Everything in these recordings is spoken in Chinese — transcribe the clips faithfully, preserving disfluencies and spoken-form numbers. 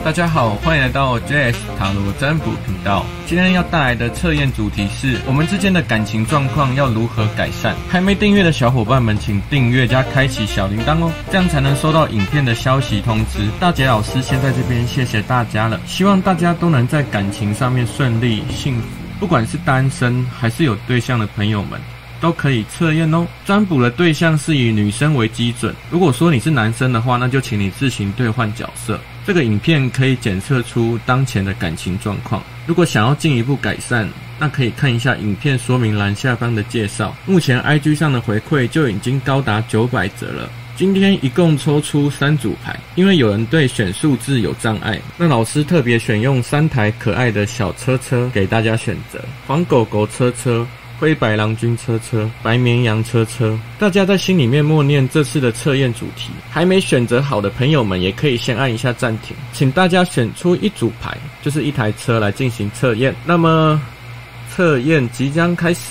大家好，欢迎来到 J S 塔罗占卜频道。今天要带来的测验主题是我们之间的感情状况要如何改善。还没订阅的小伙伴们，请订阅加开启小铃铛哦，这样才能收到影片的消息通知。大杰老师先在这边谢谢大家了，希望大家都能在感情上面顺利幸福，不管是单身还是有对象的朋友们都可以测验哦。占卜的对象是以女生为基准，如果说你是男生的话，那就请你自行兑换角色。这个影片可以检测出当前的感情状况，如果想要进一步改善，那可以看一下影片说明栏下方的介绍。目前 I G 上的回馈就已经高达九百则了。今天一共抽出三组牌，因为有人对选数字有障碍，那老师特别选用三台可爱的小车车给大家选择：黄狗狗车车、灰白郎君车车、白绵羊车车。大家在心里面默念这次的测验主题，还没选择好的朋友们也可以先按一下暂停，请大家选出一组牌，就是一台车来进行测验。那么测验即将开始。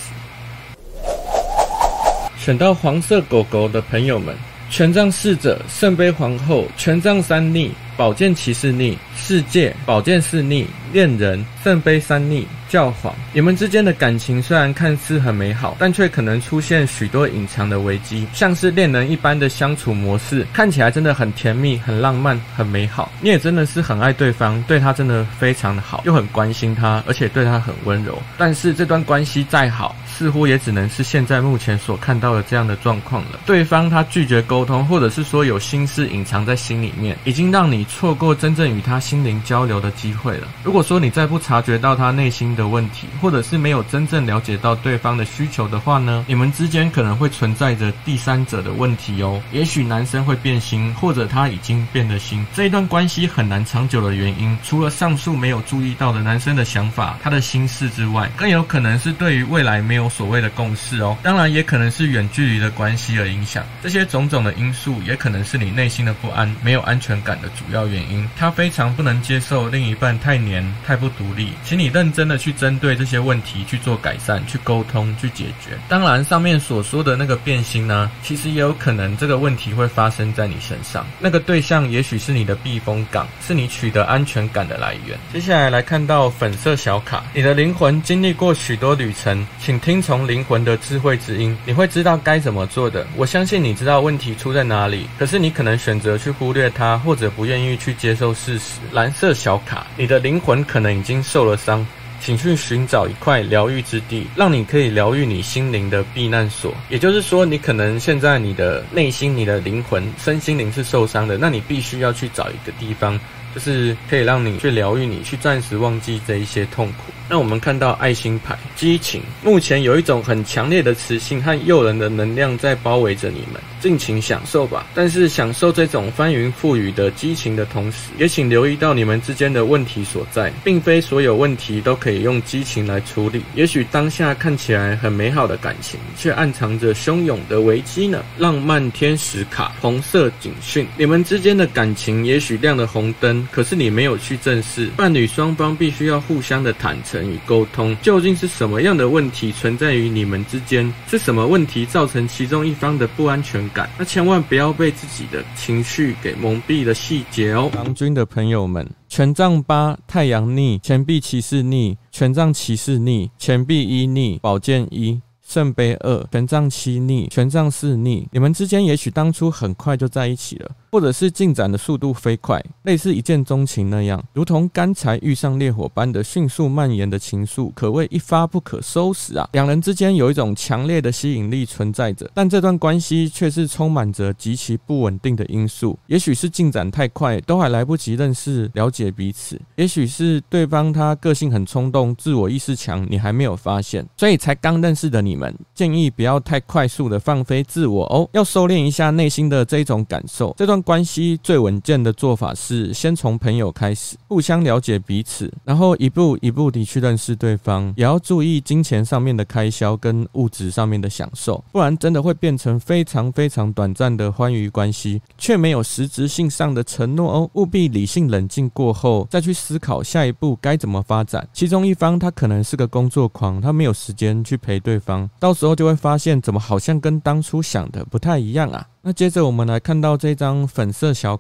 选到黄色狗狗的朋友们，权杖侍者、圣杯皇后、权杖三逆、宝剑骑士逆、世界、宝剑四逆、恋人、圣杯三逆、教皇。你们之间的感情虽然看似很美好，但却可能出现许多隐藏的危机，像是恋人一般的相处模式，看起来真的很甜蜜、很浪漫、很美好。你也真的是很爱对方，对他真的非常的好，又很关心他，而且对他很温柔。但是这段关系再好，似乎也只能是现在目前所看到的这样的状况了。对方他拒绝沟通，或者是说有心事隐藏在心里面，已经让你错过真正与他心灵交流的机会了。如果说你再不察觉到他内心的问题，或者是没有真正了解到对方的需求的话呢，你们之间可能会存在着第三者的问题哦。也许男生会变心，或者他已经变了心。这一段关系很难长久的原因，除了上述没有注意到的男生的想法、他的心事之外，更有可能是对于未来没有所谓的共识哦。当然也可能是远距离的关系而影响。这些种种的因素也可能是你内心的不安、没有安全感的主要原因。他非常不能接受另一半太黏、太不独立，请你认真的去针对这些问题去做改善、去沟通、去解决。当然上面所说的那个变心呢，其实也有可能这个问题会发生在你身上，那个对象也许是你的避风港，是你取得安全感的来源。接下来来看到粉色小卡，你的灵魂经历过许多旅程，请听从灵魂的智慧之音，你会知道该怎么做的。我相信你知道问题出在哪里，可是你可能选择去忽略它，或者不愿意去接受事实。蓝色小卡，你的灵魂可能已经受了伤，请去寻找一块疗愈之地，让你可以疗愈你心灵的避难所。也就是说，你可能现在你的内心、你的灵魂、身心灵是受伤的，那你必须要去找一个地方，就是可以让你去疗愈你，去暂时忘记这一些痛苦。那我们看到爱心牌，激情，目前有一种很强烈的磁性和诱人的能量在包围着你们，尽情享受吧。但是享受这种翻云覆雨的激情的同时，也请留意到你们之间的问题所在，并非所有问题都可以用激情来处理。也许当下看起来很美好的感情，却暗藏着汹涌的危机呢。浪漫天使卡，红色警讯，你们之间的感情也许亮了红灯，可是你没有去正视，伴侣双方必须要互相的坦诚与沟通，究竟是什么样的问题存在于你们之间，是什么问题造成其中一方的不安全感。那千万不要被自己的情绪给蒙蔽了细节哦。郎君的朋友们，权杖八，太阳逆，钱币骑士逆，权杖骑士逆，钱币一逆，宝剑一，圣杯二，权杖七逆，权杖四逆。你们之间也许当初很快就在一起了，或者是进展的速度飞快，类似一见钟情那样，如同干柴遇上烈火般的迅速蔓延的情愫，可谓一发不可收拾啊！两人之间有一种强烈的吸引力存在着，但这段关系却是充满着极其不稳定的因素。也许是进展太快，都还来不及认识了解彼此；也许是对方他个性很冲动，自我意识强，你还没有发现，所以才刚认识的你们，建议不要太快速的放飞自我哦，要收敛一下内心的这一种感受。这段关系最稳健的做法是先从朋友开始，互相了解彼此，然后一步一步地去认识对方，也要注意金钱上面的开销跟物质上面的享受，不然真的会变成非常非常短暂的欢愉关系，却没有实质性上的承诺哦。务必理性冷静过后再去思考下一步该怎么发展。其中一方他可能是个工作狂，他没有时间去陪对方，到时候就会发现怎么好像跟当初想的不太一样啊。那接着我们来看到这张粉色小卡，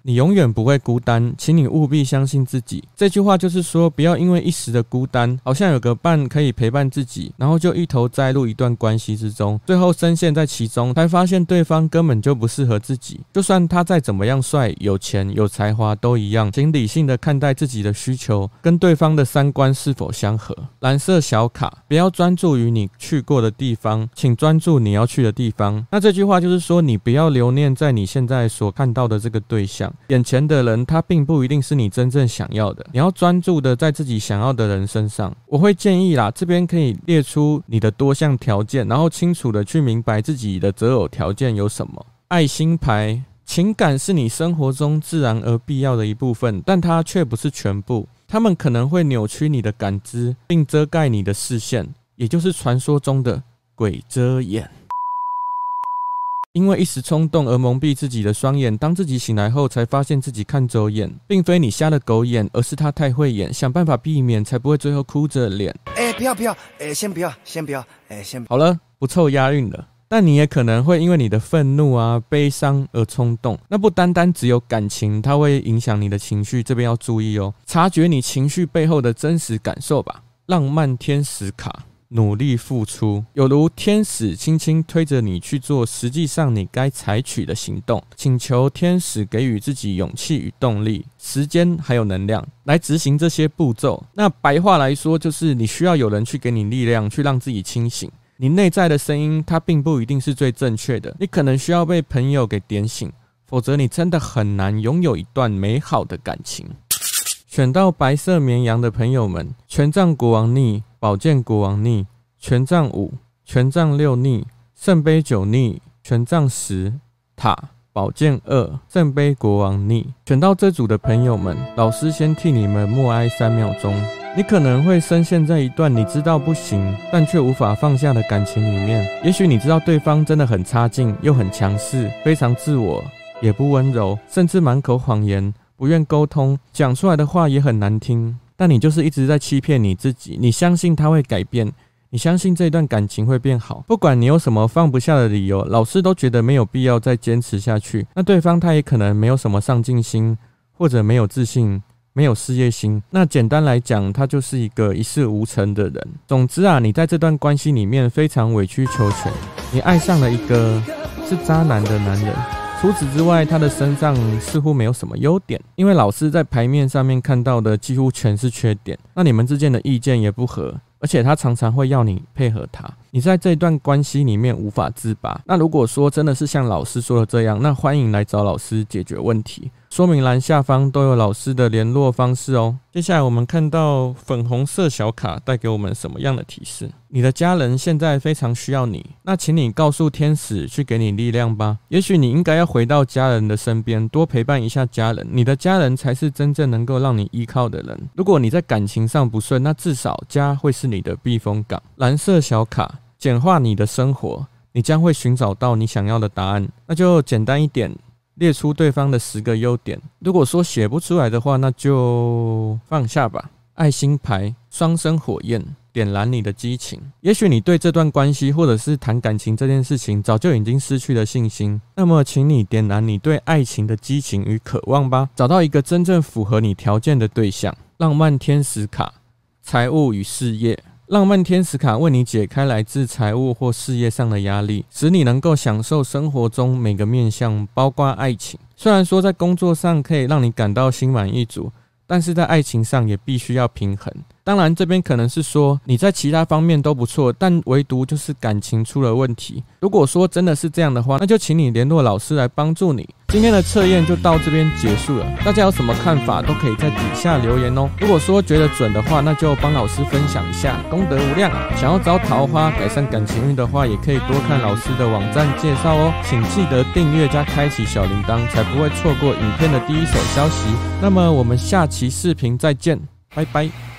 你永远不会孤单，请你务必相信自己。这句话就是说，不要因为一时的孤单，好像有个伴可以陪伴自己，然后就一头栽入一段关系之中，最后深陷在其中，才发现对方根本就不适合自己。就算他再怎么样帅、有钱、有才华都一样，请理性的看待自己的需求跟对方的三观是否相合。蓝色小卡，不要专注于你去过的地方，请专注你要去的地方。那这句话就是说，你不要留念在你现在所看到的这个对象，眼前的人他并不一定是你真正想要的，你要专注的在自己想要的人身上。我会建议啦，这边可以列出你的多项条件，然后清楚的去明白自己的择偶条件有什么。爱心牌，情感是你生活中自然而必要的一部分，但它却不是全部。它们可能会扭曲你的感知，并遮盖你的视线，也就是传说中的鬼遮眼。因为一时冲动而蒙蔽自己的双眼，当自己醒来后才发现自己看走眼，并非你瞎了狗眼，而是他太会演，想办法避免，才不会最后哭着脸。 哎、欸，不要不要，哎、欸，先不要，先不要，哎、欸，先不好了，不凑押韵了。但你也可能会因为你的愤怒啊、悲伤而冲动，那不单单只有感情，它会影响你的情绪，这边要注意哦，察觉你情绪背后的真实感受吧。浪漫天使卡，努力付出，有如天使轻轻推着你去做实际上你该采取的行动，请求天使给予自己勇气与动力、时间还有能量来执行这些步骤。那白话来说，就是你需要有人去给你力量，去让自己清醒。你内在的声音它并不一定是最正确的，你可能需要被朋友给点醒，否则你真的很难拥有一段美好的感情。选到白色绵羊的朋友们，权杖国王逆，宝剑国王逆，权杖五，权杖六逆，圣杯九逆，权杖十，塔，宝剑二，圣杯国王逆。选到这组的朋友们，老师先替你们默哀三秒钟。你可能会深陷在一段你知道不行，但却无法放下的感情里面。也许你知道对方真的很差劲，又很强势，非常自我，也不温柔，甚至满口谎言，不愿沟通，讲出来的话也很难听。但你就是一直在欺骗你自己，你相信他会改变，你相信这段感情会变好。不管你有什么放不下的理由，老师都觉得没有必要再坚持下去。那对方他也可能没有什么上进心，或者没有自信，没有事业心，那简单来讲，他就是一个一事无成的人。总之啊，你在这段关系里面非常委曲求全，你爱上了一个是渣男的男人。除此之外，他的身上似乎没有什么优点，因为老师在牌面上面看到的几乎全是缺点。那你们之间的意见也不合，而且他常常会要你配合他，你在这段关系里面无法自拔。那如果说真的是像老师说的这样，那欢迎来找老师解决问题。说明栏下方都有老师的联络方式哦。接下来我们看到粉红色小卡带给我们什么样的提示？你的家人现在非常需要你，那请你告诉天使去给你力量吧。也许你应该要回到家人的身边，多陪伴一下家人，你的家人才是真正能够让你依靠的人。如果你在感情上不顺，那至少家会是你的避风港。蓝色小卡，简化你的生活，你将会寻找到你想要的答案。那就简单一点，列出对方的十个优点。如果说写不出来的话，那就放下吧。爱心牌，双生火焰，点燃你的激情。也许你对这段关系或者是谈感情这件事情早就已经失去了信心，那么请你点燃你对爱情的激情与渴望吧，找到一个真正符合你条件的对象。浪漫天使卡，财务与事业。浪漫天使卡为你解开来自财务或事业上的压力，使你能够享受生活中每个面向，包括爱情。虽然说在工作上可以让你感到心满意足，但是在爱情上也必须要平衡。当然这边可能是说你在其他方面都不错，但唯独就是感情出了问题。如果说真的是这样的话，那就请你联络老师来帮助你。今天的测验就到这边结束了，大家有什么看法都可以在底下留言哦。如果说觉得准的话，那就帮老师分享一下，功德无量啊！想要找桃花改善感情运的话，也可以多看老师的网站介绍哦。请记得订阅加开启小铃铛，才不会错过影片的第一手消息。那么我们下期视频再见，拜拜。